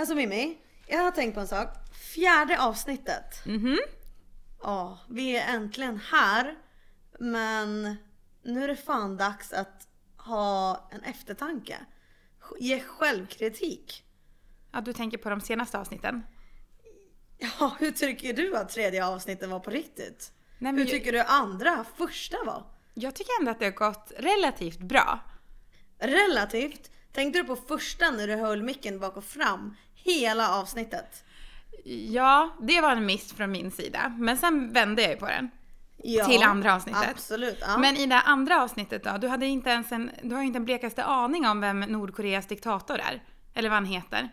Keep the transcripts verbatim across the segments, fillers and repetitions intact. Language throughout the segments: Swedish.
Alltså Mimmi, jag har tänkt på en sak. Fjärde avsnittet. Mhm. Ja, vi är äntligen här. Men nu är det fan dags att ha en eftertanke. Ge självkritik. Ja, du tänker på de senaste avsnitten. Ja, hur tycker du att tredje avsnitten var på riktigt? Nej, men hur ju- tycker du andra, första var? Jag tycker ändå att det har gått relativt bra. Relativt. Tänkte du på första när du höll micken bak och fram hela avsnittet? Ja, det var en miss från min sida. Men sen vände jag ju på den. Ja, Till andra avsnittet. Absolut, ja. Men i det andra avsnittet då, du hade inte ens en, du har ju inte en blekaste aning om vem Nordkoreas diktator är. Eller vad han heter.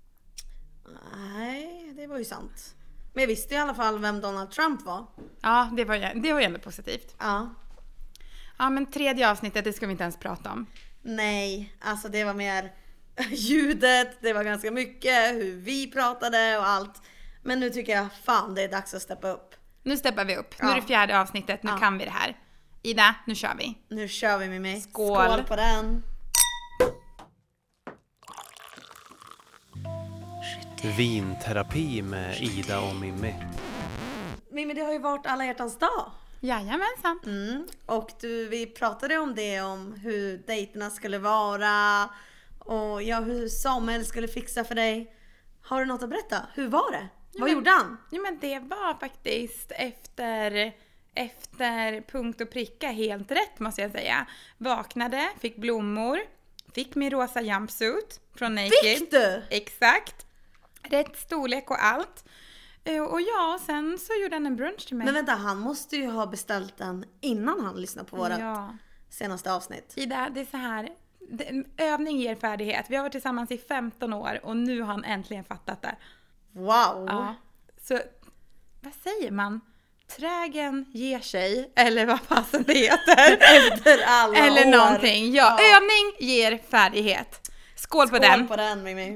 Nej, det var ju sant. Men jag visste i alla fall vem Donald Trump var. Ja, det var ju, det var ju ändå positivt. Ja. Ja, men tredje avsnittet, det ska vi inte ens prata om. Nej, alltså det var mer ljudet, det var ganska mycket hur vi pratade och allt. Men nu tycker jag fan det är dags att steppa upp. Nu steppar vi upp. Ja. Nu är det fjärde avsnittet, nu Ja. kan vi det här. Ida, nu kör vi. Nu kör vi med mig. Skål. Skål på den. Vinterapi med Ida och Mimmi. Mimmi, det har ju varit alla hjärtans dag. Jajamensan. Mm. Och du, vi pratade om det, om hur dejterna skulle vara. Och ja, hur Samuel skulle fixa för dig. Har du något att berätta? Hur var det? Vad men- gjorde han? Ja, men det var faktiskt efter, efter punkt och pricka helt rätt, måste jag säga. Vaknade, fick blommor, fick min rosa jumpsuit från Naked. Fick du? Exakt. Rätt storlek och allt. Eh, Och ja, sen så gjorde han en brunch till mig. Men vänta, han måste ju ha beställt den innan han lyssnade på vårat Ja. senaste avsnitt. Ida, det är så här. det- Övning ger färdighet. Vi har varit tillsammans i femton år och nu har han äntligen fattat det. Wow! Ja. Så, vad säger man? Trägen ger sig, eller vad fasen det heter. Efter alla Eller år. någonting. Ja, Ja. övning ger färdighet. Skål på Skål den. på den, Mimmi.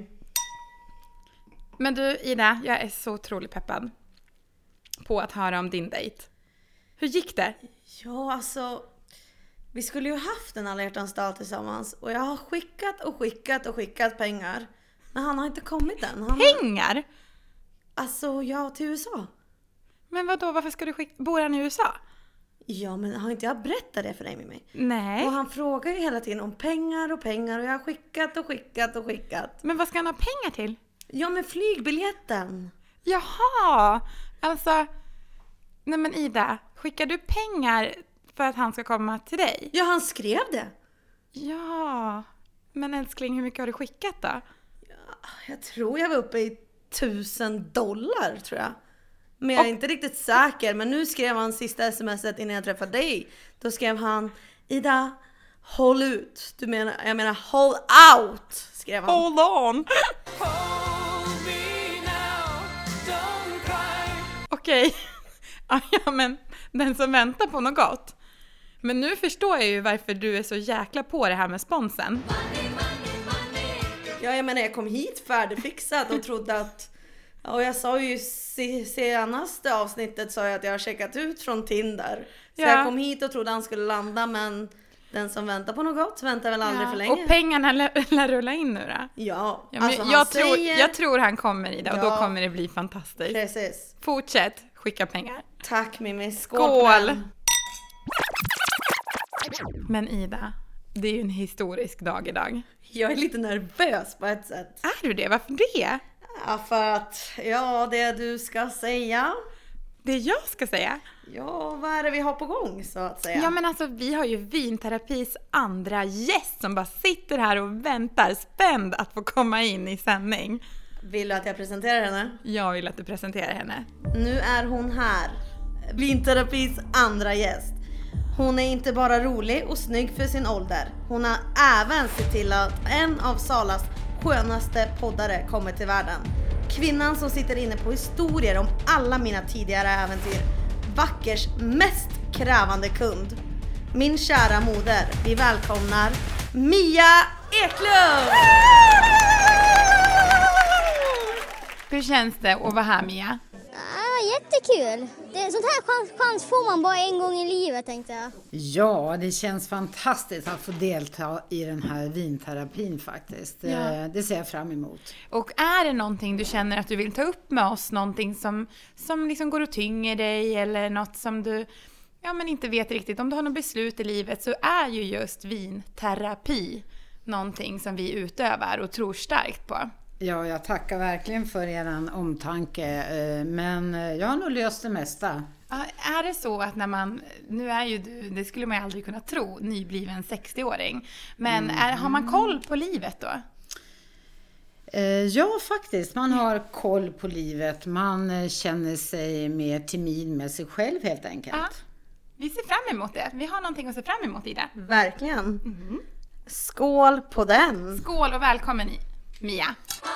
Men du, Ida, jag är så otroligt peppad på att höra om din dejt. Hur gick det? Ja, alltså... Vi skulle ju haft en alla hjärtans dag tillsammans. Och jag har skickat och skickat och skickat pengar. Men han har inte kommit än. Han har, Pengar? alltså, ja, till U S A. Men vad då? Varför ska du skicka? Bor han i U S A? Ja, men har inte jag berättat det för dig, Mimmi? Nej. Och han frågar ju hela tiden om pengar och pengar. Och jag har skickat och skickat och skickat. Men vad ska han ha pengar till? Ja, men flygbiljetten. Jaha, alltså... Nej men Ida, skickar du pengar för att han ska komma till dig? Ja, han skrev det. Ja, men älskling, hur mycket har du skickat då? Jag tror jag var uppe i tusen dollar, tror jag. Men jag är Och- inte riktigt säker. Men nu skrev han sista smset innan jag träffade dig. Då skrev han: Ida, håll ut. Du menar, jag menar hold out, skrev han. Hold on! Okej, ja men den som väntar på något gott. Men nu förstår jag ju varför du är så jäkla på det här med sponsen. Ja, jag menar, jag kom hit färdigfixad och trodde att... Och jag sa ju i senaste avsnittet sa jag att jag har checkat ut från Tinder. Så Ja. jag kom hit och trodde han skulle landa, men den som väntar på något gott väntar väl aldrig Ja, för länge. och pengarna lär, lär rulla in nu då. Ja, Ja, men alltså jag, han tror, säger... jag tror han kommer i det och då Ja. kommer det bli fantastiskt. Precis. Fortsätt skicka pengar. Tack Mimmi, skål, Skål. på den. Men Ida, det är ju en historisk dag idag. Jag är lite nervös på ett sätt. Är du det? Varför det? Ja, för att, ja, det du ska säga. Det jag ska säga? Ja, vad är det vi har på gång, så att säga? Ja men alltså vi har ju Vinterapis andra gäst som bara sitter här och väntar spänd att få komma in i sändning. Vill du att jag presenterar henne? Jag vill att du presenterar henne. Nu är hon här. Vinterapis andra gäst. Hon är inte bara rolig och snygg för sin ålder. Hon har även sett till att en av Salas skönaste poddare kommer till världen. Kvinnan som sitter inne på historier om alla mina tidigare äventyr. Vackers mest krävande kund. Min kära moder. Vi välkomnar Mia Eklund! Hur känns det att vara här Mia? Ja, jättekul. Det, sånt här chans, chans får man bara en gång i livet, tänkte jag. Ja, det känns fantastiskt att få delta i den här vinterapin faktiskt. Ja. Det, det ser jag fram emot. Och är det någonting du känner att du vill ta upp med oss, någonting som, som liksom går och tynger dig eller något som du ja, men inte vet riktigt, om du har något beslut i livet, så är ju just vinterapi någonting som vi utövar och tror starkt på. Ja, jag tackar verkligen för er omtanke, men jag har nog löst det mesta. Ja, är det så att när man, nu är ju du, det skulle man ju aldrig kunna tro, nybliven sextio-åring, men är, har man koll på livet då? Ja, faktiskt. Man har koll på livet. Man känner sig mer timid med sig själv helt enkelt. Ja, vi ser fram emot det. Vi har någonting att se fram emot, Ida. Verkligen. Mm. Skål på den! Skål och välkommen Mia.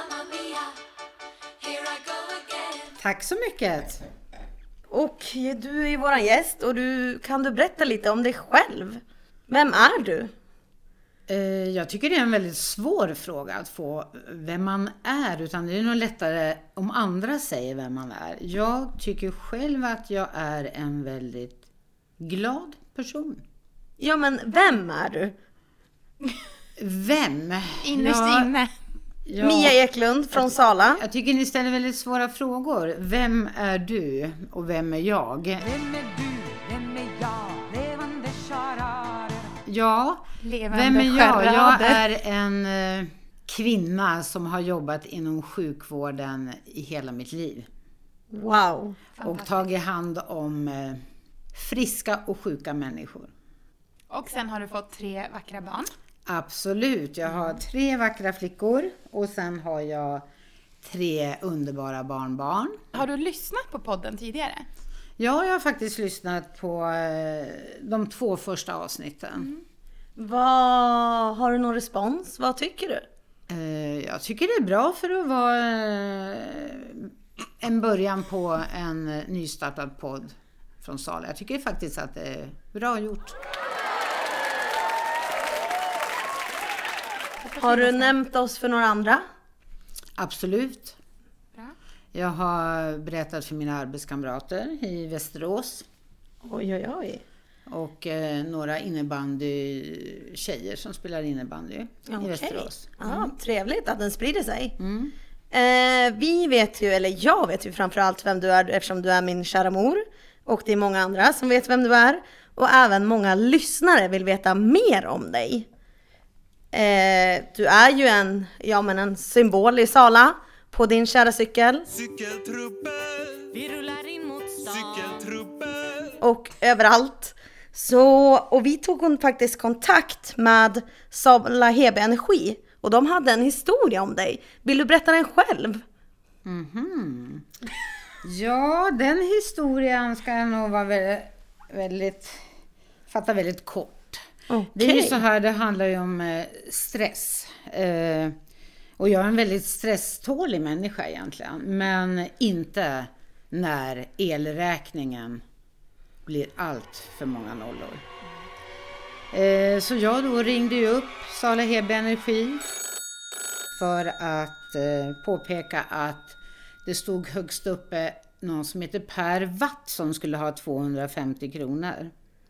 Tack så mycket. Och du är ju våran gäst och du, kan du berätta lite om dig själv? Vem är du? Jag tycker det är en väldigt svår fråga att få vem man är, utan det är nog lättare om andra säger vem man är. Jag tycker själv att jag är en väldigt glad person. Ja, men vem är du? Vem? Innerst ja, inne. Ja, Mia Eklund från Sala. Jag tycker ni ställer väldigt svåra frågor. Vem är du och vem är jag? Vem är du? Vem är jag? Levande charader. Ja, Levande vem är jag? Jag charader. är en eh, kvinna som har jobbat inom sjukvården i hela mitt liv. Wow. Och tagit hand om eh, friska och sjuka människor. Och sen har du fått tre vackra barn. Absolut, jag har tre vackra flickor och sen har jag tre underbara barnbarn. Har du lyssnat på podden tidigare? Ja, jag har faktiskt lyssnat på eh, de två första avsnitten. Mm. Vad, har du någon respons? Vad tycker du? Eh, jag tycker det är bra för att vara eh, en början på en nystartad podd från Sala. Jag tycker faktiskt att det är bra gjort. Har du nämnt oss för några andra? Absolut. Bra. Jag har berättat för mina arbetskamrater i Västerås. Oj, oj, oj. Och eh, några innebandy-tjejer som spelar innebandy Okej. i Västerås. Ja, trevligt att den sprider sig. Mm. Eh, vi vet ju, eller jag vet ju framförallt vem du är eftersom du är min kära mor. Och det är många andra som vet vem du är. Och även många lyssnare vill veta mer om dig. Eh, du är ju en, ja, men en symbol i Sala på din kära cykel. Cykeltrupper. Vi rullar in mot stan. Cykeltrupper. Och överallt. Så, och vi tog faktiskt kontakt med Sala Heby Energi. Och de hade en historia om dig. Vill du berätta den själv? Mhm. Ja, den historien ska jag nog vara väldigt, väldigt fatta väldigt kort. Okay. Det är ju så här, det handlar ju om eh, stress. Eh, och jag är en väldigt stresstålig människa egentligen. Men inte när elräkningen blir allt för många nollor. Eh, så jag då ringde ju upp Sala Heby Energi för att eh, påpeka att det stod högst uppe någon som heter Per Watt som skulle ha tvåhundrafemtio kronor.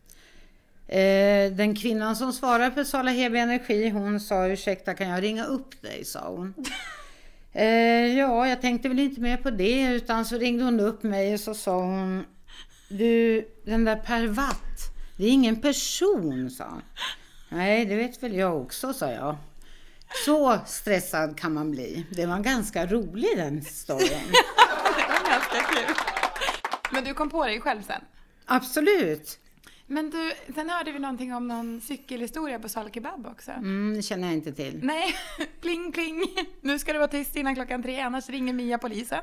Eh, den kvinnan som svarade på Sala Heby Energi, hon sa, ursäkta, kan jag ringa upp dig, sa hon. Eh, ja, jag tänkte väl inte mer på det, utan så ringde hon upp mig och så sa hon, du, den där Per Watt, det är ingen person, sa hon. Nej, det vet väl jag också, sa jag. Så stressad kan man bli. Det var ganska rolig den storyn. Det var ganska kul. Men du kom på dig själv sen? Absolut. Men du, sen hörde vi någonting om någon cykelhistoria på Sala Kebab också. Mm, det känner jag inte till. Nej, pling pling. Nu ska du vara tyst innan klockan tre, annars ringer Mia polisen.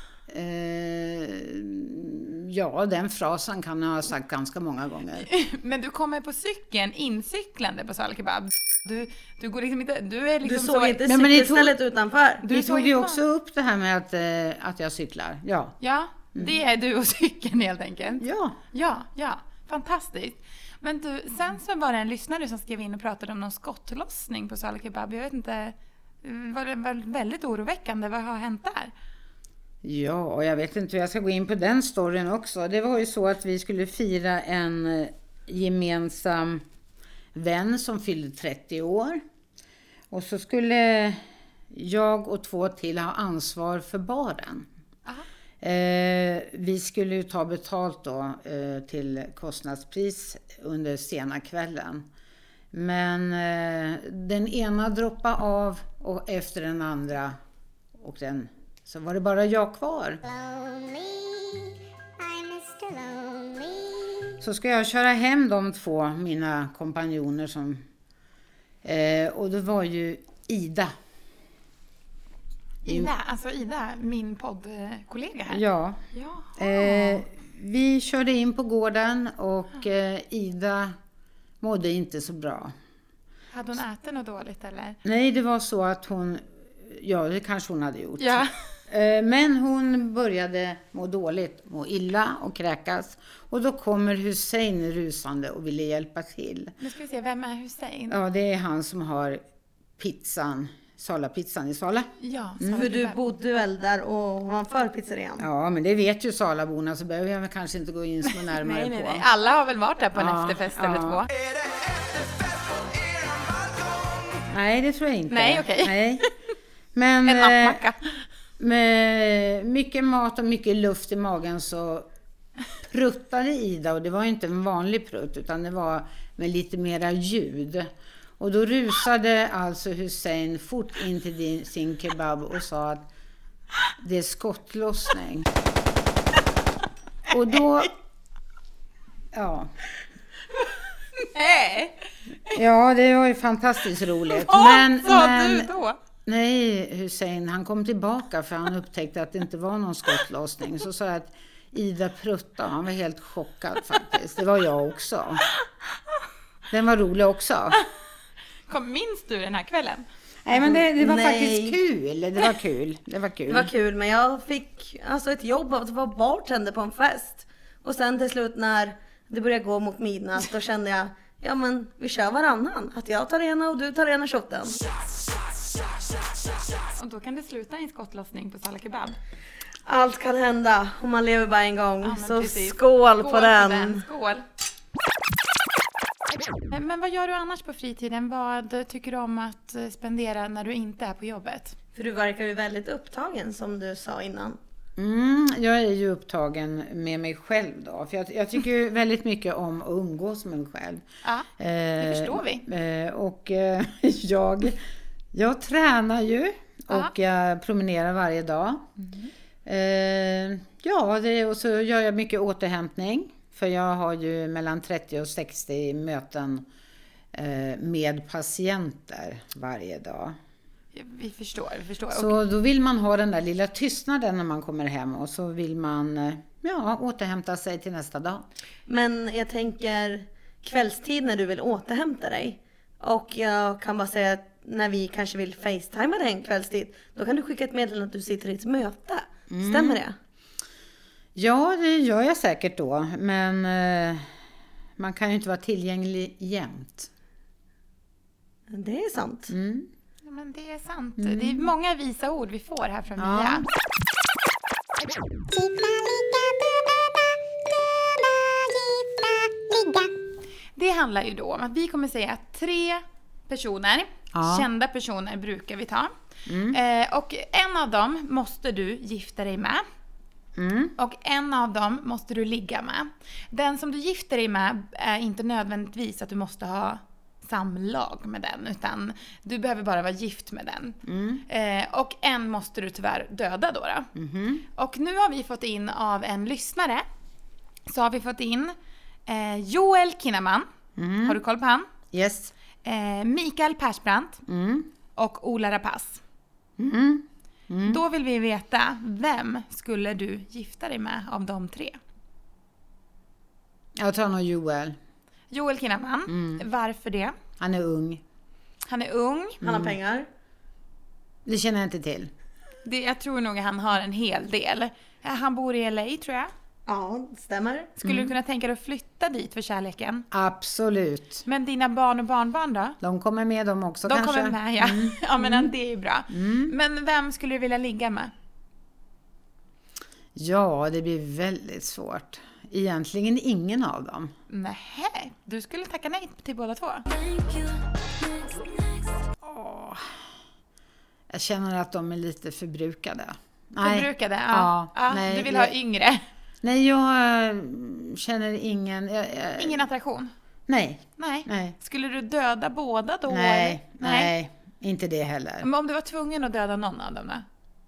Eh, ja, den frasen kan jag ha sagt ganska många gånger. Men du kommer på cykeln, incyklande på Sala Kebab. Du, du går liksom inte, du är liksom Du såg så... inte Nej, men ni cykelstället utanför. Du Vi såg tog ju inte också upp det här med att, eh, att jag cyklar. Ja. Ja, det är du och cykeln helt enkelt. Ja. Ja, ja. Fantastiskt. Men du, sen så var det en lyssnare som skrev in och pratade om någon skottlossning på Sala Kebab. Jag vet inte, var det var väldigt oroväckande. Vad har hänt där? Ja, och jag vet inte hur jag ska gå in på den storyn också. Det var ju så att vi skulle fira en gemensam vän som fyllde trettio år. Och så skulle jag och två till ha ansvar för baren. Eh, vi skulle ju ta betalt då eh, till kostnadspris under sena kvällen. Men eh, den ena droppade av och efter den andra och den, så var det bara jag kvar. Lonely, I'm mister Lonely. Så ska jag köra hem de två, mina kompanjoner som... Eh, och det var ju Ida. Ida, alltså Ida, min poddkollega här. Ja. Ja. Eh, vi körde in på gården och eh, Ida mådde inte så bra. Hade hon ätit något dåligt eller? Nej, det var så att hon... Ja, det kanske hon hade gjort. Ja. Eh, men hon började må dåligt, må illa och kräkas. Och då kommer Hussein rusande och ville hjälpa till. Nu ska vi se, vem är Hussein? Ja, det är han som har pizzan, Sala-pizzan i Sala. Ja, För du bodde väl där och var för pizzerian? Ja, men det vet ju Salaborna, så behöver jag väl kanske inte gå in så närmare nej, nej, på. nej. Alla har väl varit där på en Ja, efterfest ja. eller två? Nej, det tror jag inte. Nej, okej. Nej. Men En eh, nattmacka. med mycket mat och mycket luft i magen så pruttade Ida, och det var inte en vanlig prutt utan det var med lite mera ljud. Och då rusade alltså Hussein fort in till din, sin kebab och sa att det är skottlossning. Och då... Ja. Nej! Ja, det var ju fantastiskt roligt. Vad men, sa men, du då? Nej, Hussein, han kom tillbaka för han upptäckte att det inte var någon skottlossning. Så sa jag att Ida prutta, han var helt chockad faktiskt. Det var jag också. Den var rolig också. Kom, minns du den här kvällen? Nej, men det, det var Nej. faktiskt kul. Det var kul. Det var kul. Det var kul, men jag fick alltså ett jobb av att vara bartender på en fest. Och sen till slut när det började gå mot midnatt, då kände jag, ja men vi kör varannan. Att jag tar ena och du tar ena shotten. Och då kan det sluta i en skottlossning på Sala Kebab. Allt kan hända om man lever bara en gång. Ja, men så precis. skål, på den. Skål! Men vad gör du annars på fritiden? Vad tycker du om att spendera när du inte är på jobbet? För du verkar ju väldigt upptagen som du sa innan. Mm, jag är ju upptagen med mig själv då. För jag, jag tycker ju väldigt mycket om att umgås med mig själv. Ja, det Eh, förstår vi. Eh, och eh, jag, jag tränar ju och jag promenerar varje dag. Mm. Eh, ja, det, och så gör jag mycket återhämtning. För jag har ju mellan trettio och sextio möten eh, med patienter varje dag. Vi förstår, vi förstår. Så då vill man ha den där lilla tystnaden när man kommer hem och så vill man eh, ja, återhämta sig till nästa dag. Men jag tänker kvällstid när du vill återhämta dig. Och jag kan bara säga att när vi kanske vill facetima dig en kvällstid, då kan du skicka ett meddelande att du sitter i ett möte. Stämmer det? Ja, det gör jag säkert då. Men eh, man kan ju inte vara tillgänglig jämt. Det är sant. Mm. Ja, men det är sant. Det är många visa ord vi får här från Ja. Mia. Det handlar ju då om att vi kommer säga att tre personer, Ja. kända personer brukar vi ta. Eh, och en av dem måste du gifta dig med. Mm. Och en av dem måste du ligga med. Den som du gifter dig med är inte nödvändigtvis att du måste ha samlag med den, utan du behöver bara vara gift med den. Eh, och en måste du tyvärr döda då. då. Och nu har vi fått in av en lyssnare, så har vi fått in eh, Joel Kinnaman. Har du koll på han? Yes. Eh, Mikael Persbrandt Mm. och Ola Rapace. Mm. Då vill vi veta, vem skulle du gifta dig med av de tre? Jag tar nog Joel. Joel Kinnaman. Varför det? Han är ung. Han är ung. Han har pengar. Det känner jag inte till. Det, jag tror nog att han har en hel del. Han bor i L A, tror jag. Ja, stämmer. Skulle du kunna tänka dig att flytta dit för kärleken? Absolut. Men dina barn och barnbarn då? De kommer med dem också De kanske. kommer med, ja. Mm. Ja, men det är ju bra. Men vem skulle du vilja ligga med? Mm. Mm. Jag tar nog Joel. Ja, det blir väldigt svårt. Egentligen ingen av dem. Nej, du skulle tacka nej till båda två. Åh. Jag känner att de är lite förbrukade. Förbrukade? Ja. Ja, ja, nej, du vill det- ha yngre? Nej, jag äh, känner ingen... Jag, jag, Ingen attraktion? Nej, Nej. nej, Skulle du döda båda då? nej, eller? nej, inte det heller. Men om du var tvungen att döda någon av dem då?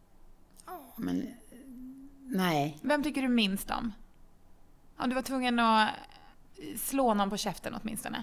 Men, nej. Vem tycker du minst om? Om du var tvungen att slå någon på käften åtminstone.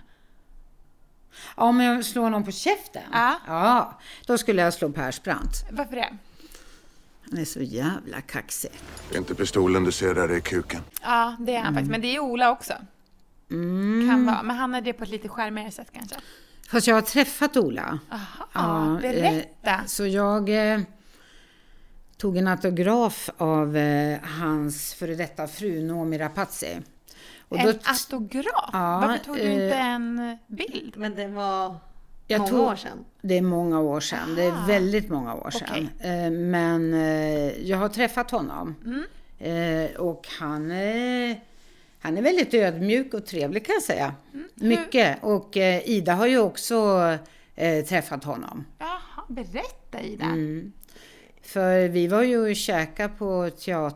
Ja, om jag slår någon på käften? Ja. Ja, då skulle jag slå Persbrandt. Varför det? Han är så jävla kaxig. Det är inte pistolen du ser där, det är kuken. Ja, det är han faktiskt. Men det är Ola också. Mm. Kan vara. Men han är det på ett lite skärmigare sätt kanske. Fast jag har träffat Ola. Aha, Ja, berätta. Eh, så jag eh, tog en autograf av eh, hans före detta fru Noomi Rapace. Och En då- autograf? Ja, Varför tog du eh, inte en bild? Men det var Jag många tog- år sedan. Det är många år sedan. Det är väldigt många år sedan. Eh, Men eh, jag har träffat honom. Eh, Och han, eh, han är väldigt ödmjuk och trevlig kan jag säga. Mycket. Och eh, Ida har ju också eh, träffat honom. Jaha, berätta Ida. Mm. För vi var ju och käka på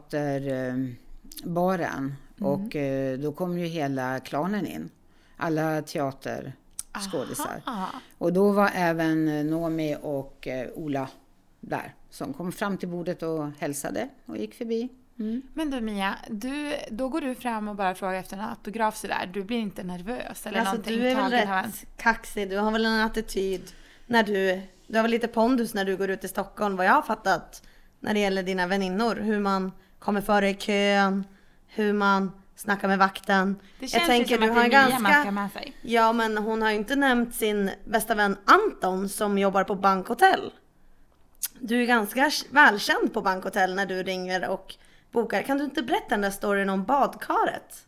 teaterbaren. Och eh, då kom ju hela klanen in. Alla teaterskådisar. Aha. Och då var även Noomi och eh, Ola där. Som kom fram till bordet och hälsade och gick förbi. Mm. Men du Mia, du, då går du fram och bara frågar efter en autograf sådär. Du blir inte nervös eller Alltså, någonting? du är väl tagen av en- rätt kaxig. Du har väl en attityd när du... Du har väl lite pondus när du går ut i Stockholm, vad jag har fattat. När det gäller dina väninnor. Hur man kommer före i kön. Hur man snackar med vakten. Det känns ju som att det är Mia man ska med sig. Ja, men hon har ju inte nämnt sin bästa vän Anton som jobbar på bankhotell. Du är ganska välkänd på bankhotell när du ringer och bokar. Kan du inte berätta den där storyn om badkaret?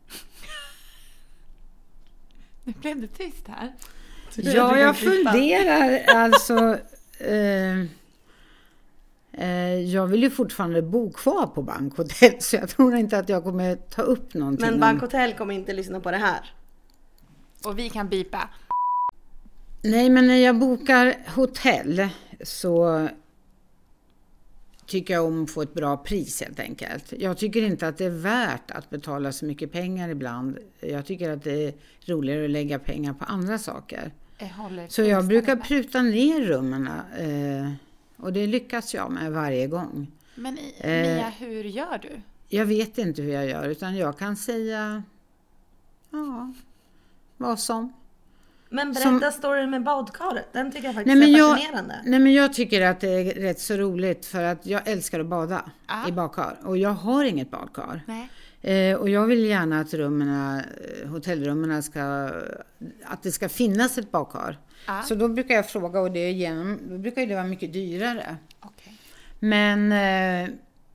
Nu blev det tyst här. Ja, jag funderar alltså... Eh, eh, jag vill ju fortfarande bo kvar på bankhotell. Så jag tror inte att jag kommer ta upp någonting. Men om- bankhotell kommer inte lyssna på det här. Och vi kan bipa. Nej, men när jag bokar hotell så tycker jag om att få ett bra pris helt enkelt. Jag tycker inte att det är värt att betala så mycket pengar ibland. Jag tycker att det är roligare att lägga pengar på andra saker. Jag håller Så jag fullständigt brukar med. pruta ner rummen eh, och det lyckas jag med varje gång. Men i, Eh. Mia, hur gör du? Jag vet inte hur jag gör utan jag kan säga ja, vad som. Men berätta Som- storyn med badkaret. Den tycker jag faktiskt Nej men, är jag, fascinerande. nej men jag tycker att det är rätt så roligt för att jag älskar att bada Ah. i badkar. Och jag har inget badkar. Nej. Eh, och jag vill gärna att rummen, hotellrummen ska, att det ska finnas ett badkar. Ah. Så då brukar jag fråga och det igenom, då brukar det vara mycket dyrare. Okej. Men eh,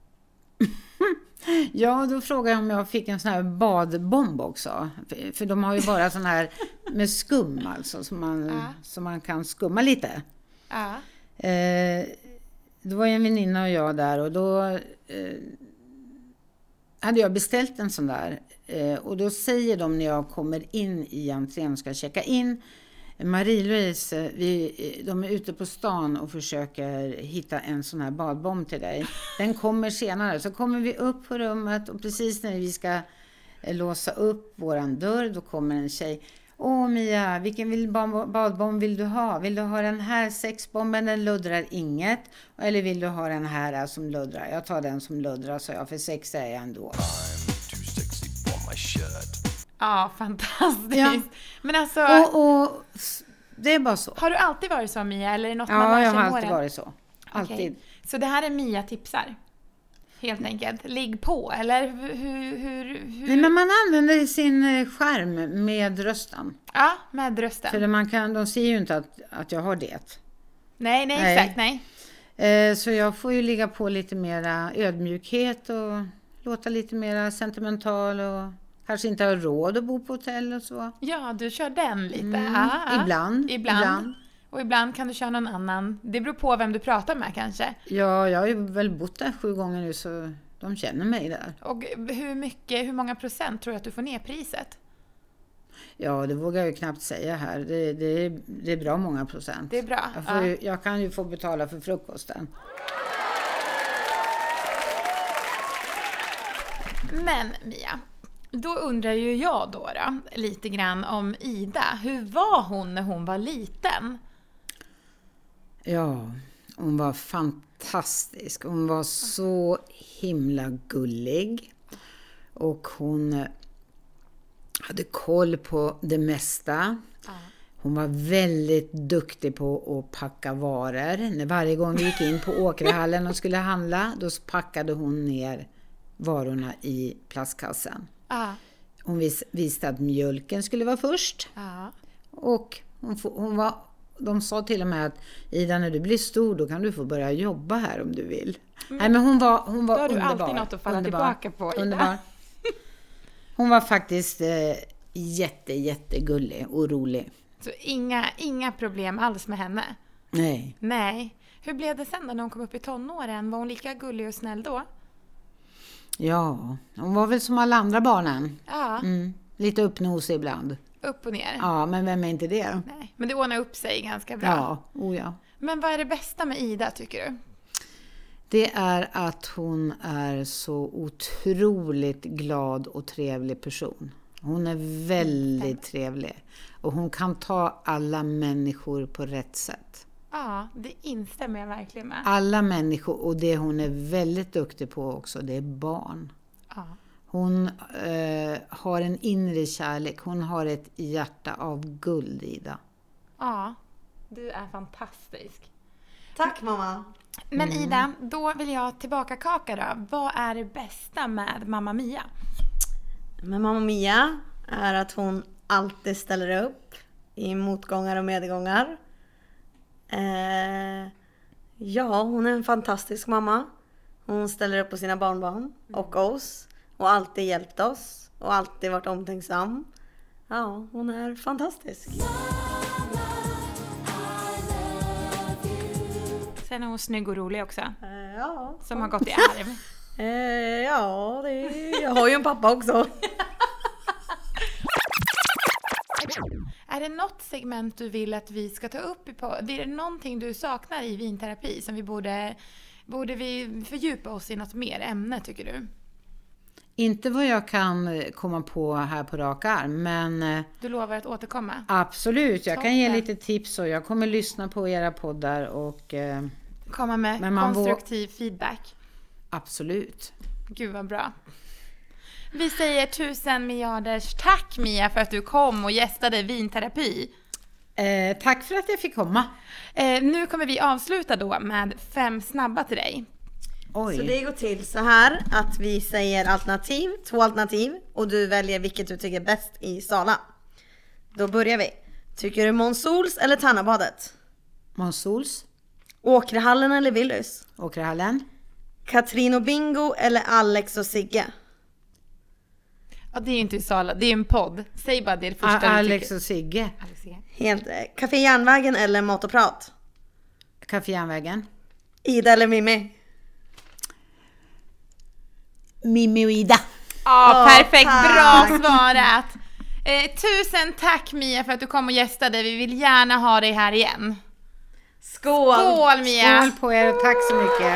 ja, då frågade jag om jag fick en sån här badbomb också. För, för de har ju bara sån här med skum alltså, som man, Ja. som man kan skumma lite. Ja. Eh, då var en väninna och jag där och då eh, hade jag beställt en sån där. Eh, och då säger de när jag kommer in i entrén och ska checka in. Marie-Louise, vi, de är ute på stan och försöker hitta en sån här badbomb till dig. Den kommer senare. Så kommer vi upp på rummet och precis när vi ska eh, låsa upp våran dörr, då kommer en tjej. Åh Mia, vilken vill ba- badbomb vill du ha? Vill du ha den här sexbomben, den luddrar inget? Eller vill du ha den här som luddrar? Jag tar den som luddrar, så jag, för sex är jag ändå. Ja, fantastiskt. Ja. Men alltså, Och, och s- det är bara så. har du alltid varit så Mia? Eller är det något man Ja, lär jag sig har med alltid åren? varit så. Alltid. Okej. Så det här är Mia tipsar? Helt enkelt. Ligg på, eller hur? hur, hur, hur? Nej, men man använder sin eh, skärm med rösten. Ja, med rösten. För man kan, de ser ju inte att, att jag har det. Nej, nej, Nej. exakt, nej. Eh, så jag får ju ligga på lite mera ödmjukhet och låta lite mera sentimental och kanske inte ha råd att bo på hotell och så. Ja, du kör den lite. Mm, Ja, ja. ibland, ibland. ibland. Och ibland kan du köra någon annan. Det beror på vem du pratar med kanske. Ja, jag har ju väl bott där sju gånger nu så de känner mig där. Och hur mycket, hur många procent tror du att du får ner priset? Ja, det vågar jag ju knappt säga här. Det, det, det är bra många procent. Det är bra. Jag, får Ja. ju, jag kan ju få betala för frukosten. Men Mia, då undrar ju jag då, då lite grann om Ida. Hur var hon när hon var liten? Ja, hon var fantastisk. Hon var så himla gullig. Och hon hade koll på det mesta. Hon var väldigt duktig på att packa varor. När varje gång vi gick in på Åkerhallen och skulle handla, då packade hon ner varorna i plastkassen. Ja. Hon vis, visste att mjölken skulle vara först. Ja. Och hon, hon var, de sa till och med att Ida, när du blir stor då kan du få börja jobba här om du vill. Mm. Nej, men hon var, hon var Då har du underbar. alltid något att falla underbar, tillbaka på, Ida. Underbar. Hon var faktiskt eh, jätte, jättegullig och rolig. Så inga, inga problem alls med henne? Nej. Nej. Hur blev det sen då när hon kom upp i tonåren? Var hon lika gullig och snäll då? Ja, hon var väl som alla andra barnen. Ja, Mm. Lite uppnosig ibland. upp och ner. Ja, men vem är inte det? Nej. Men det ordnar upp sig ganska bra. Ja, oh ja. Men vad är det bästa med Ida, tycker du? Det är att hon är så otroligt glad och trevlig person. Hon är väldigt trevlig. Och hon kan ta alla människor på rätt sätt. Ja, det instämmer jag verkligen med. Alla människor, och det hon är väldigt duktig på också, det är barn. Ja. Hon eh, har en inre kärlek. Hon har ett hjärta av guld, Ida. Ja, du är fantastisk. Tack mamma. Men Ida, då vill jag tillbaka kaka då. Vad är det bästa med Mamma Mia? Men Mamma Mia är att hon alltid ställer upp i motgångar och medgångar. Eh, ja, hon är en fantastisk mamma. Hon ställer upp på sina barnbarn och oss. Och alltid hjälpt oss. Och alltid varit omtänksam. Ja, hon är fantastisk. Sen är hon snygg och rolig också. Eh, ja, Som har gått i arv. eh, ja det, jag har ju en pappa också. Är det något segment du vill att vi ska ta upp i på? Är det någonting du saknar i vinterapi som vi borde, borde vi fördjupa oss i något mer ämne, tycker du? Inte vad jag kan komma på här på rak arm, men eh, Du lovar att återkomma? absolut, jag kan ge Toppen. lite tips och jag kommer lyssna på era poddar och eh, Komma med Men man konstruktiv feedback. absolut. Gud vad bra. Vi säger tusen miljarders tack Mia för att du kom och gästade vinterapi. Eh, tack för att jag fick komma. Eh, nu kommer vi avsluta då med fem snabba till dig. Oj. Så det går till så här att vi säger alternativ, två alternativ. Och du väljer vilket du tycker är bäst i Sala. Då börjar vi. Tycker du Monsols eller Tannabadet? Monsols, Åkerhallen eller Willys? Åkerhallen, Katrin och Bingo eller Alex och Sigge? Ja, det är ju inte i Sala, det är en podd. Säg bara det första A- du Alex tycker. och Sigge, Alex Sigge. Helt, eh, Café Järnvägen eller Mat och Prat? Café Järnvägen, Ida eller Mimmi? Mimmi och Ida. Ja, Åh, perfekt. tack. Bra svarat. Eh, tusen tack Mia för att du kom och gästade. Vi vill gärna ha dig här igen. Skål! Skål Mia! Skål på er, tack så mycket.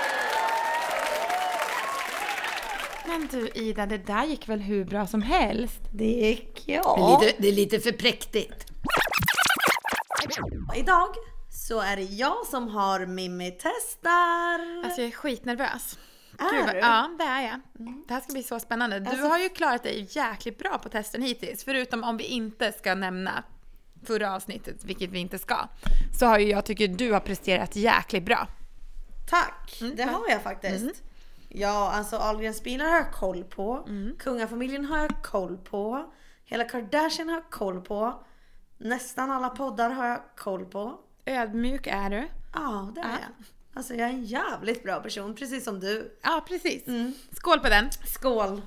Men du Ida, det där gick väl hur bra som helst? Det gick Det ja. är lite, det är lite för präktigt. Idag så är det jag som har Mimmi testar. Alltså jag är skitnervös. Är Gud, vad- du? Ja, det är jag. Det här ska bli så spännande. Du Alltså- har ju klarat dig jäkligt bra på testen hittills. Förutom om vi inte ska nämna förra avsnittet, vilket vi inte ska. Så har ju jag tycker du har presterat jäkligt bra. Tack, det har jag faktiskt. Ja, alltså Ahlgrens bilar har jag koll på. Kungafamiljen har jag koll på. Hela Kardashian har jag koll på. Nästan alla poddar har jag koll på. Ödmjuk är du. Ja, det är jag. Alltså jag är en jävligt bra person, precis som du. Ja, precis. Skål på den. Skål!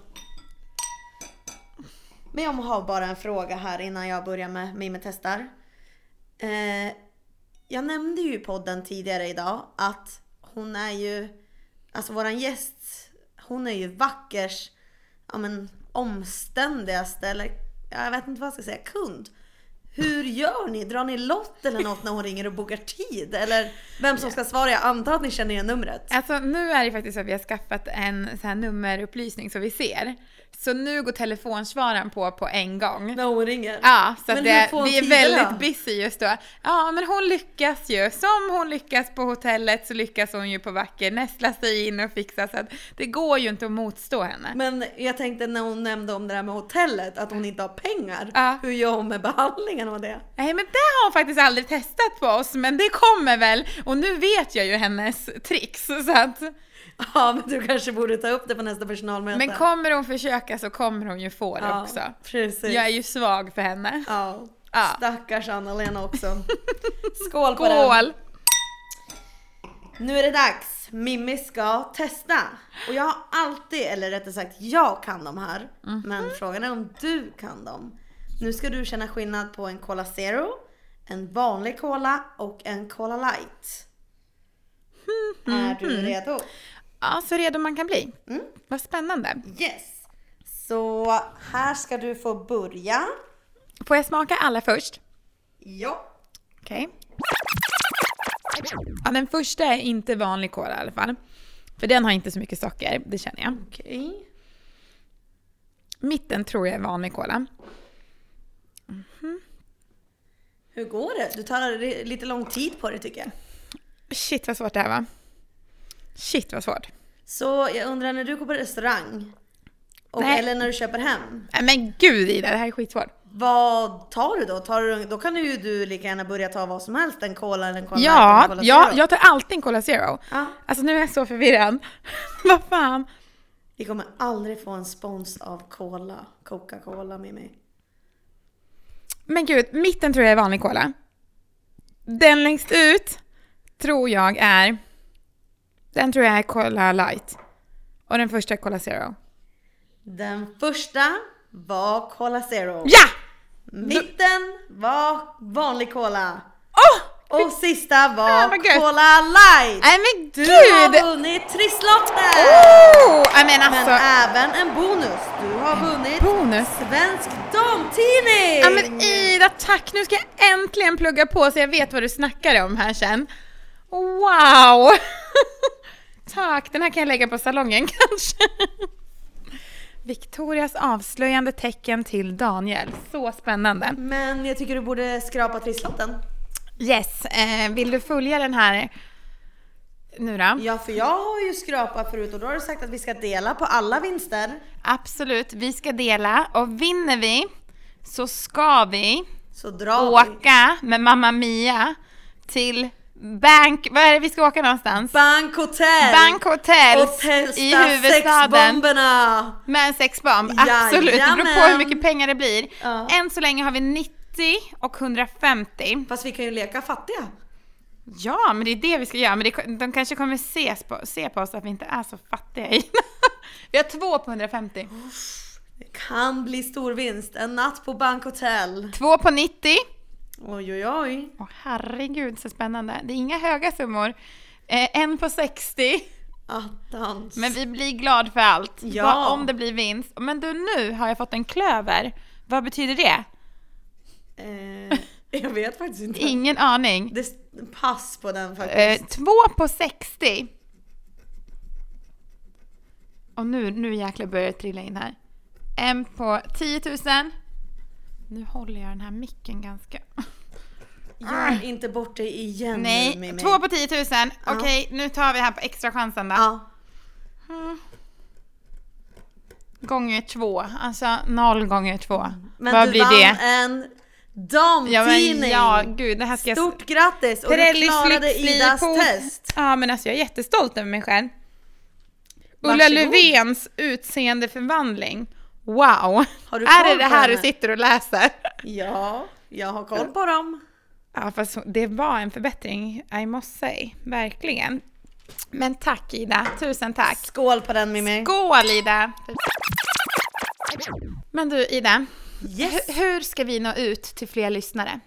Men jag har bara en fråga här innan jag börjar med Mimmi testar. Eh, jag nämnde ju i podden tidigare idag att hon är ju, alltså våran gäst, hon är ju vackers, ja men omständigaste, eller jag vet inte vad jag ska säga, kund. Hur gör ni? Drar ni lott eller något när hon ringer och bokar tid? Eller vem som ska svara? Jag antar att ni känner igen numret. Alltså nu är det faktiskt så att vi har skaffat en så här nummerupplysning så vi ser. Så nu går telefonsvararen på på en gång. När hon ringer? Ja, så Men att hur det, får hon vi är tider väldigt då? busy just då. Ja, men hon lyckas ju. Som hon lyckas på hotellet så lyckas hon ju på Vacker. Nästla sig in och fixa. Så att det går ju inte att motstå henne. Men jag tänkte när hon nämnde om det där med hotellet, att hon inte har pengar. Ja. Hur gör hon med behandlingen och det? Nej, men det har hon faktiskt aldrig testat på oss. Men det kommer väl. Och nu vet jag ju hennes tricks. Så att... Ja, men du kanske borde ta upp det på nästa personalmöte. Men kommer hon försöka så kommer hon ju få det ja, också. Precis. Jag är ju svag för henne. Ja, Ja. stackars Anna-Lena också. Skål på den. Skål! Nu är det dags. Mimmi ska testa. Och jag har alltid, eller rättare sagt jag kan de här. Mm-hmm. Men frågan är om du kan dem. Nu ska du känna skillnad på en Cola Zero, en vanlig cola och en Cola Light. Mm-hmm. Är du redo? Ja, så redo man kan bli. Mm. Vad spännande. Yes. Så här ska du få börja. Får jag smaka alla först? Ja. Okej. Ja, den första är inte vanlig cola i alla fall. För den har inte så mycket socker, det känner jag. Okej. Mitten tror jag är vanlig cola. Hur går det? Du tar lite lång tid på det tycker jag. Shit vad svårt det här var. Shit vad svårt. Så jag undrar när du går på restaurang och, Nej. eller när du köper hem. Nej, men gud Ida, det här är skitsvårt. Vad tar du då? Tar du, då kan ju du lika gärna börja ta vad som helst. En cola eller en cola. Ja, Cola ja, Zero. jag tar alltid en Cola Zero. Ja. Alltså nu är jag så förvirrad. Vad fan? Vi kommer aldrig få en spons av cola. Coca-Cola med mig. Men gud, mitten tror jag är vanlig cola. Den längst ut tror jag är... Den tror jag är Cola Light. Och den första är Cola Zero. Den första var Cola Zero. Ja! Mitten var vanlig cola. Åh! Och sista var Oh my God. Cola Light. Nej men Du gud! har vunnit trisslotten! Oh! I men alltså... Men även en bonus. Du har vunnit bonus? Svensk Damtidning! Ja men Ida, tack! Nu ska jag äntligen plugga på så jag vet vad du snackar om här sen. Wow! Tack, den här kan jag lägga på salongen kanske. Victorias avslöjande tecken till Daniel. Så spännande. Men jag tycker du borde skrapa trisslotten. Yes, eh, vill du följa den här nu då? Ja, för jag har ju skrapat förut och då har du sagt att vi ska dela på alla vinster. Absolut, vi ska dela och vinner vi så ska vi Så drar vi. åka med Mamma Mia till Bank, vad är det vi ska åka någonstans? Bank Hotel. Bank Hotel Och testa i huvudstaden sexbomberna. med en sexbomb. Absolut, det beror på hur mycket pengar det blir. Ja. Än så länge har vi nittio och hundrafemtio. Fast vi kan ju leka fattiga. Ja, men det är det vi ska göra. Men det, de kanske kommer ses på, se på oss att vi inte är så fattiga i. Vi har två på hundrafemtio. Det kan bli stor vinst. En natt på Bank Hotel. Två på nittio. Oj, oj, oj. Åh, herregud, så spännande. Det är inga höga summor. Eh, en på sextio. Attans. Men vi blir glad för allt. Ja. Vad om det blir vinst. Men du, nu har jag fått en klöver. Vad betyder det? Eh, jag vet faktiskt inte. Ingen aning. Det pass på den faktiskt. Eh, två på sextio. Och nu, nu jäklar börjar det trilla in här. En på tio tusen. Nu håller jag den här micken ganska... Gör inte bort dig igen. Nej, nu, Mimmi. två på tio tusen. Ja. Okej, nu tar vi här på extra chansen då. Ja. Gånger två. Alltså noll gånger två. Men Vad du blir vann det? en Ja, damtidning. men ja, gud, det här ska jag... Stort grattis och du Pirellis klarade lyxliv Idas på- test. Ja, men alltså jag är jättestolt över mig själv. Ulla Varsågod. Löfvens utseendeförvandling. Wow. Har du Är koll det det på här du henne? sitter och läser? Ja, jag har koll på dem. Ja, fast det var en förbättring, I must say. Verkligen. Men tack Ida, tusen tack. Skål på den, Mimmi. Skål Ida. Men du Ida, Yes. hu- hur ska vi nå ut till fler lyssnare?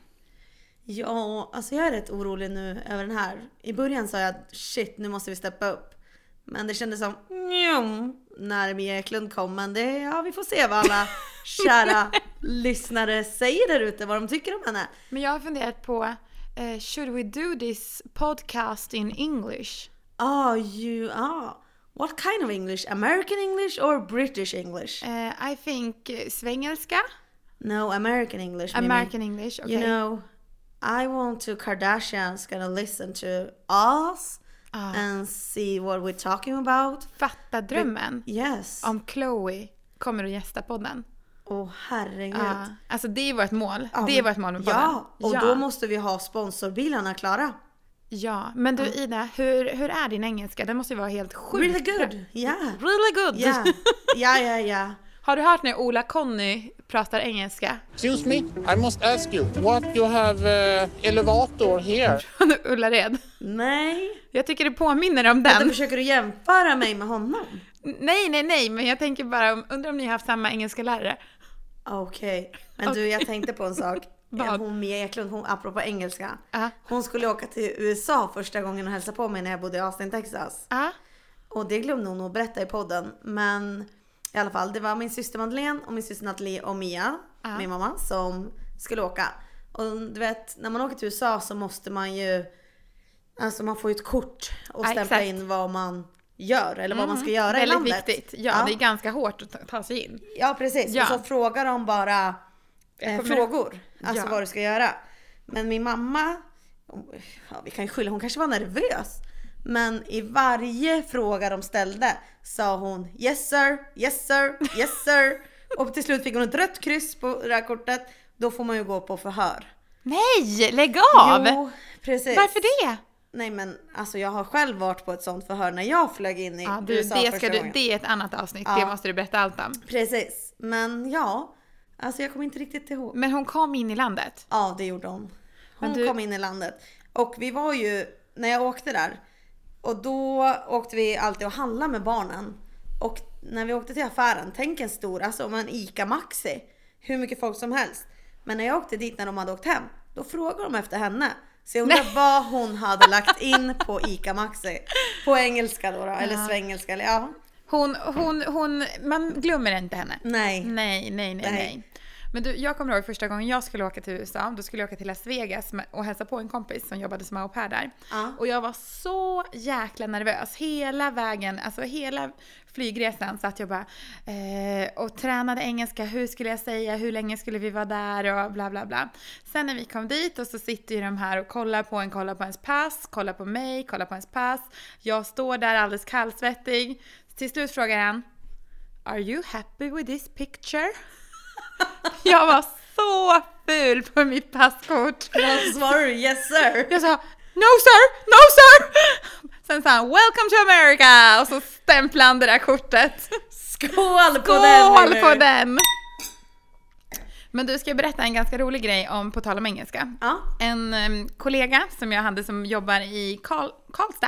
Ja, alltså jag är rätt orolig nu över den här. I början sa jag att shit, nu måste vi steppa upp. Men det kändes som njum, när Mia Eklund kom. Men det, ja, vi får se vad alla kära lyssnare säger där ute, vad de tycker om henne. Men jag har funderat på, uh, should we do this podcast in English? Oh, you are. What kind of English? American English or British English? Uh, I think uh, svengelska. No, American English. Mimi. American English, okay. You know, I want to Kardashians gonna listen to us Ah. and see what we're talking about. Fatta drömmen Yes. om Chloe kommer att gästa podden. Åh, oh, herregud. Ah. Alltså det är vårt mål. Ja, det är vårt mål med podden. Ja, och ja. då måste vi ha sponsorbilarna klara. Ja, men du Ida, hur, hur är din engelska? Den måste ju vara helt sjukt. Really good. Yeah. Really good. Yeah. Ja, ja, ja. Har du hört när Ola Conny pratar engelska? Excuse me, I must ask you, what you have uh, elevator here? Ullared. Nej. Jag tycker det påminner om Vänta, den. försöker du jämföra mig med honom? Nej, nej, nej, men jag tänker bara, om- undrar om ni har haft samma engelska lärare? Okej. Okay. Men du, jag tänkte på en sak. Vad? Hon Mia Eklund, hon, apropå engelska. Ja. Hon skulle åka till U S A första gången och hälsa på mig när jag bodde i Austin, Texas. Ja. Och det glömde hon att berätta i podden. Men i alla fall, det var min syster Madeleine och min syster Nathalie och Mia, Ja. min mamma, som skulle åka. Och du vet, när man åker till U S A så måste man ju, alltså man får ju ett kort och Ja, stämpla exakt. in vad man gör eller vad man ska göra i Väldigt landet. viktigt. Ja, det är ganska hårt att ta- ta sig in. Ja, precis. Ja. Och så frågar de bara eh, kommer- frågor. Alltså Ja. vad du ska göra. Men min mamma, ja, vi kan ju skylla, hon kanske var nervös. Men i varje fråga de ställde sa hon yes sir, yes sir, yes sir. Och till slut fick hon ett rött kryss på det här kortet. Då får man ju gå på förhör. Nej, lägg av! Jo, precis. Varför det? Nej men alltså jag har själv varit på ett sånt förhör när jag flög in i Ja, du, U S A det, första ska du, gången. det är ett annat avsnitt, Ja. det måste du berätta allt om. Precis. Men ja, alltså jag kommer inte riktigt ihåg. Men hon kom in i landet. Ja, det gjorde hon. Hon Men du- kom in i landet. Och vi var ju, när jag åkte där, och då åkte vi alltid och handla med barnen. Och när vi åkte till affären, tänk en stor, alltså om en Ica Maxi, hur mycket folk som helst. Men när jag åkte dit när de hade åkt hem, då frågade de efter henne. Så jag undrar vad hon hade lagt in på Ica Maxi. På engelska då, då eller svengelska, eller ja. Hon, hon, hon, man glömmer inte henne. Nej. Nej, nej, nej, Nej. nej. Men du, jag kommer ihåg första gången jag skulle åka till U S A, då skulle jag åka till Las Vegas med- och hälsa på en kompis som jobbade som au pair där. Ja. Och jag var så jäkla nervös hela vägen, alltså hela flygresan satt jag bara eh, och tränade engelska, hur skulle jag säga, hur länge skulle vi vara där och bla bla bla. Sen när vi kom dit och så sitter ju de här och kollar på en, kollar på ens pass, kollar på mig, kollar på ens pass. Jag står där alldeles kallsvettig. Till slut frågar han, are you happy with this picture? Jag var så ful på mitt passkort. Då svarade du yes sir. Jag sa, no sir, no sir. Sen sa han, welcome to America. Och så stämplade han det där kortet. Skål på den! Skål nu. på den. Men du, ska jag berätta en ganska rolig grej om, på tal om engelska. Ja. En um, kollega som jag hade som jobbar i Karl, Karlstad.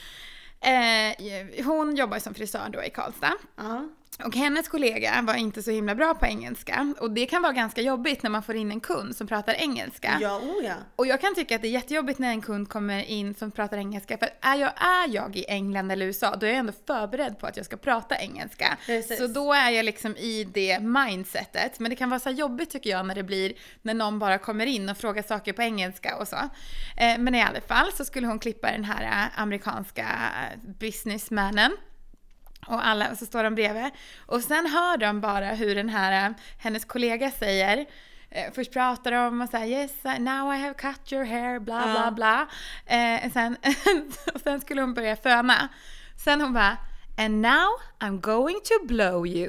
Eh, hon jobbar som frisör då i Karlstad. Ja. Och hennes kollega var inte så himla bra på engelska. Och det kan vara ganska jobbigt när man får in en kund som pratar engelska. Ja, oh ja. Och jag kan tycka att det är jättejobbigt när en kund kommer in som pratar engelska. För är jag, är jag i England eller U S A, då är jag ändå förberedd på att jag ska prata engelska. Precis. Så då är jag liksom i det mindsetet. Men det kan vara så jobbigt tycker jag när det blir, när någon bara kommer in och frågar saker på engelska och så. Eh, men i alla fall så skulle hon klippa den här eh, amerikanska businessmannen. Och alla, och så står de bredvid. Och sen hör de bara hur den här, hennes kollega säger. Eh, först pratar de och säger yes, now I have cut your hair, bla bla Ja. bla. Eh, sen, och sen skulle hon börja föna. Sen hon bara, and now I'm going to blow you.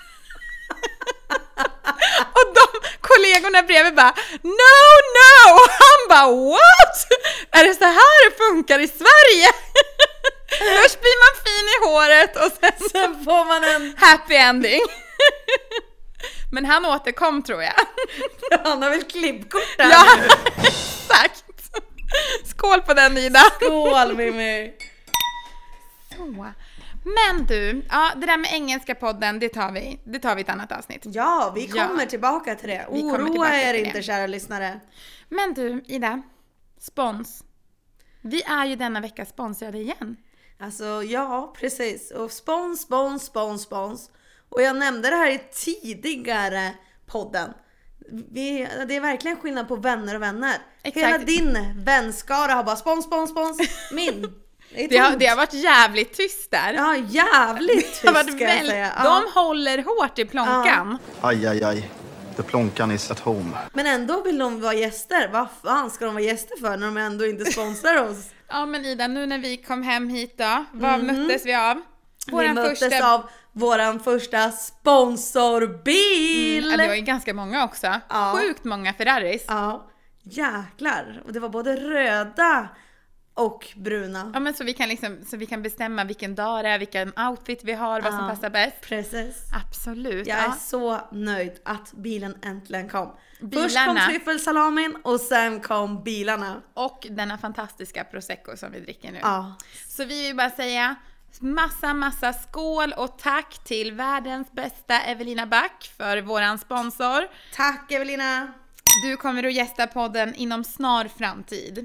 Och de kollegorna bredvid bara, no, no! Och han bara, what? Är det så här det funkar i Sverige? Först blir man fin i håret och sen, Sen får man en... happy ending. Men han återkom tror jag. Han har väl klippkort där Ja, nu. exakt. Skål på den, Ida. Skål Mimmi. Så. Men du, ja, det där med engelska podden, det tar vi, det tar vi ett annat avsnitt. Ja, vi Ja. kommer tillbaka till det. Vi kommer Oroa tillbaka er till inte det. kära lyssnare. Men du, Ida, spons. Vi är ju denna vecka sponsrade igen. Alltså ja, precis. Och spons, spons, spons, spons. Och jag nämnde det här i tidigare podden. Vi, det är verkligen skillnad på vänner och vänner. Exakt. Hela din vänskara har bara spons, spons, spons. Min. Det, Det har, det har varit jävligt tyst där. Ja, jävligt tyst Det har varit ska jag väl, säga. Ja. De håller hårt i plånkan. Aj, aj, aj. The plånkan is at home. Men ändå vill de vara gäster. Vad fan ska de vara gäster för när de ändå inte sponsrar oss? Ja men Ida, nu när vi kom hem hit då, vad möttes vi av? Vi möttes av våran första sponsorbil. Mm, ja, det var ju ganska många också. Ja. Sjukt många Ferraris. Ja, jäklar. Och det var både röda och bruna. Ja men så vi kan liksom, så vi kan bestämma vilken dag det är, vilken outfit vi har, vad som Ja, passar bäst. Precis. Absolut. Jag ja. är så nöjd att bilen äntligen kom. Bilarna. Först kom tryffelsalamin och sen kom bilarna. Och denna fantastiska prosecco som vi dricker nu. Ja. Så vi vill bara säga massa, massa skål och tack till världens bästa Evelina Back för våran sponsor. Tack Evelina. Du kommer att gästa podden inom snar framtid.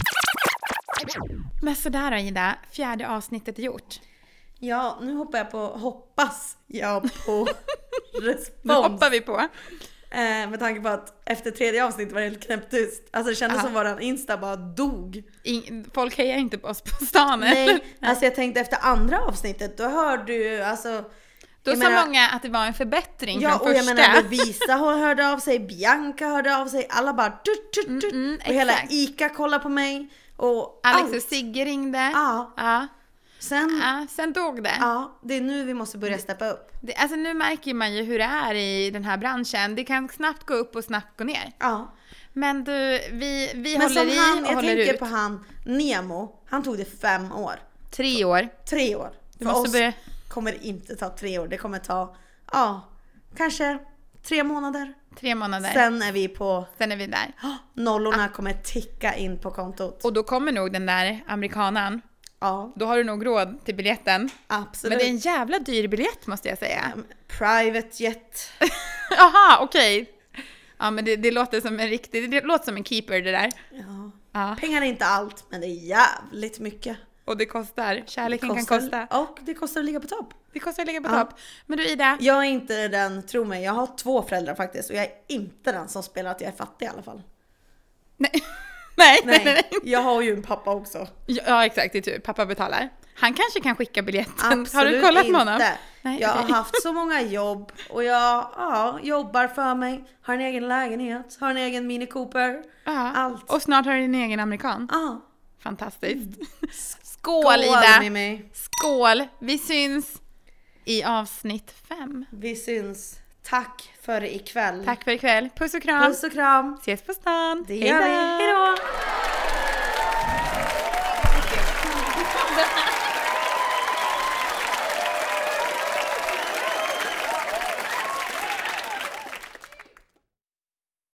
Men sådär då Ida, fjärde avsnittet är gjort. Ja, nu hoppar jag på, hoppas jag på respons. Nu hoppar vi på. Eh, med tanke på att efter tredje avsnittet var det helt knäpptyst. Alltså det kändes Ja. som våran Insta bara dog. In, folk hejar inte på oss på stan. Nej, alltså jag tänkte efter andra avsnittet, då hörde du alltså... Då jag sa menar- många att det var en förbättring Ja, från och jag första. menar Lovisa hörde av sig, Bianca hörde av sig, alla bara tut, tut, tut. Mm, mm, och hela exakt. Ica kollade på mig och Alex allt. och Sigge ringde. Ja. Ja. Sen, Ja, sen dog det. ja, det är nu vi måste börja steppa upp. det. Alltså nu märker man ju hur det är i den här branschen. Det kan snabbt gå upp och snabbt gå ner. Ja. Men du, vi, vi Men håller som i han, och jag håller tänker ut. på han Nemo, han tog det fem år. Tre år. Tre år. Du För måste oss börja... kommer det inte ta tre år, det kommer ta, ja, kanske tre månader. Tre månader. Sen är vi på, Sen är vi där. nollorna kommer ticka in på kontot. Och då kommer nog den där amerikanan. Ja, Då har du nog råd till biljetten. absolut. Men det är en jävla dyr biljett måste jag säga. Private jet. Jaha, okej. Ja, men det, det låter som en riktig, det låter som en keeper det där. Ja. Ja. Pengar är inte allt, men det är jävligt mycket. Och det kostar. Kärleken Det kan kostar- kosta. Och det kostar att ligga på topp. Det kostar att ligga på Ja. topp. Men du Ida, Jag är inte den, tro mig, jag har två föräldrar faktiskt. Och jag är inte den som spelar att jag är fattig i alla fall. nej. nej, nej, Nej, nej. jag har ju en pappa också. Ja, exakt, det är tur. Pappa betalar. Han kanske kan skicka biljetten. Absolut Har du kollat inte. med honom? Nej, Jag har okej. haft så många jobb och jag ja, jobbar för mig, har en egen lägenhet, har en egen Mini Cooper, Ja. allt. Och snart har du din egen amerikan. Ja. Fantastiskt. Skål, Skål, Ida! Mimmi. Skål! Vi syns i avsnitt fem. Vi syns. Tack för ikväll. Tack för ikväll. Puss och kram. Puss och kram. Ses på stan. Det gör vi. Hej då!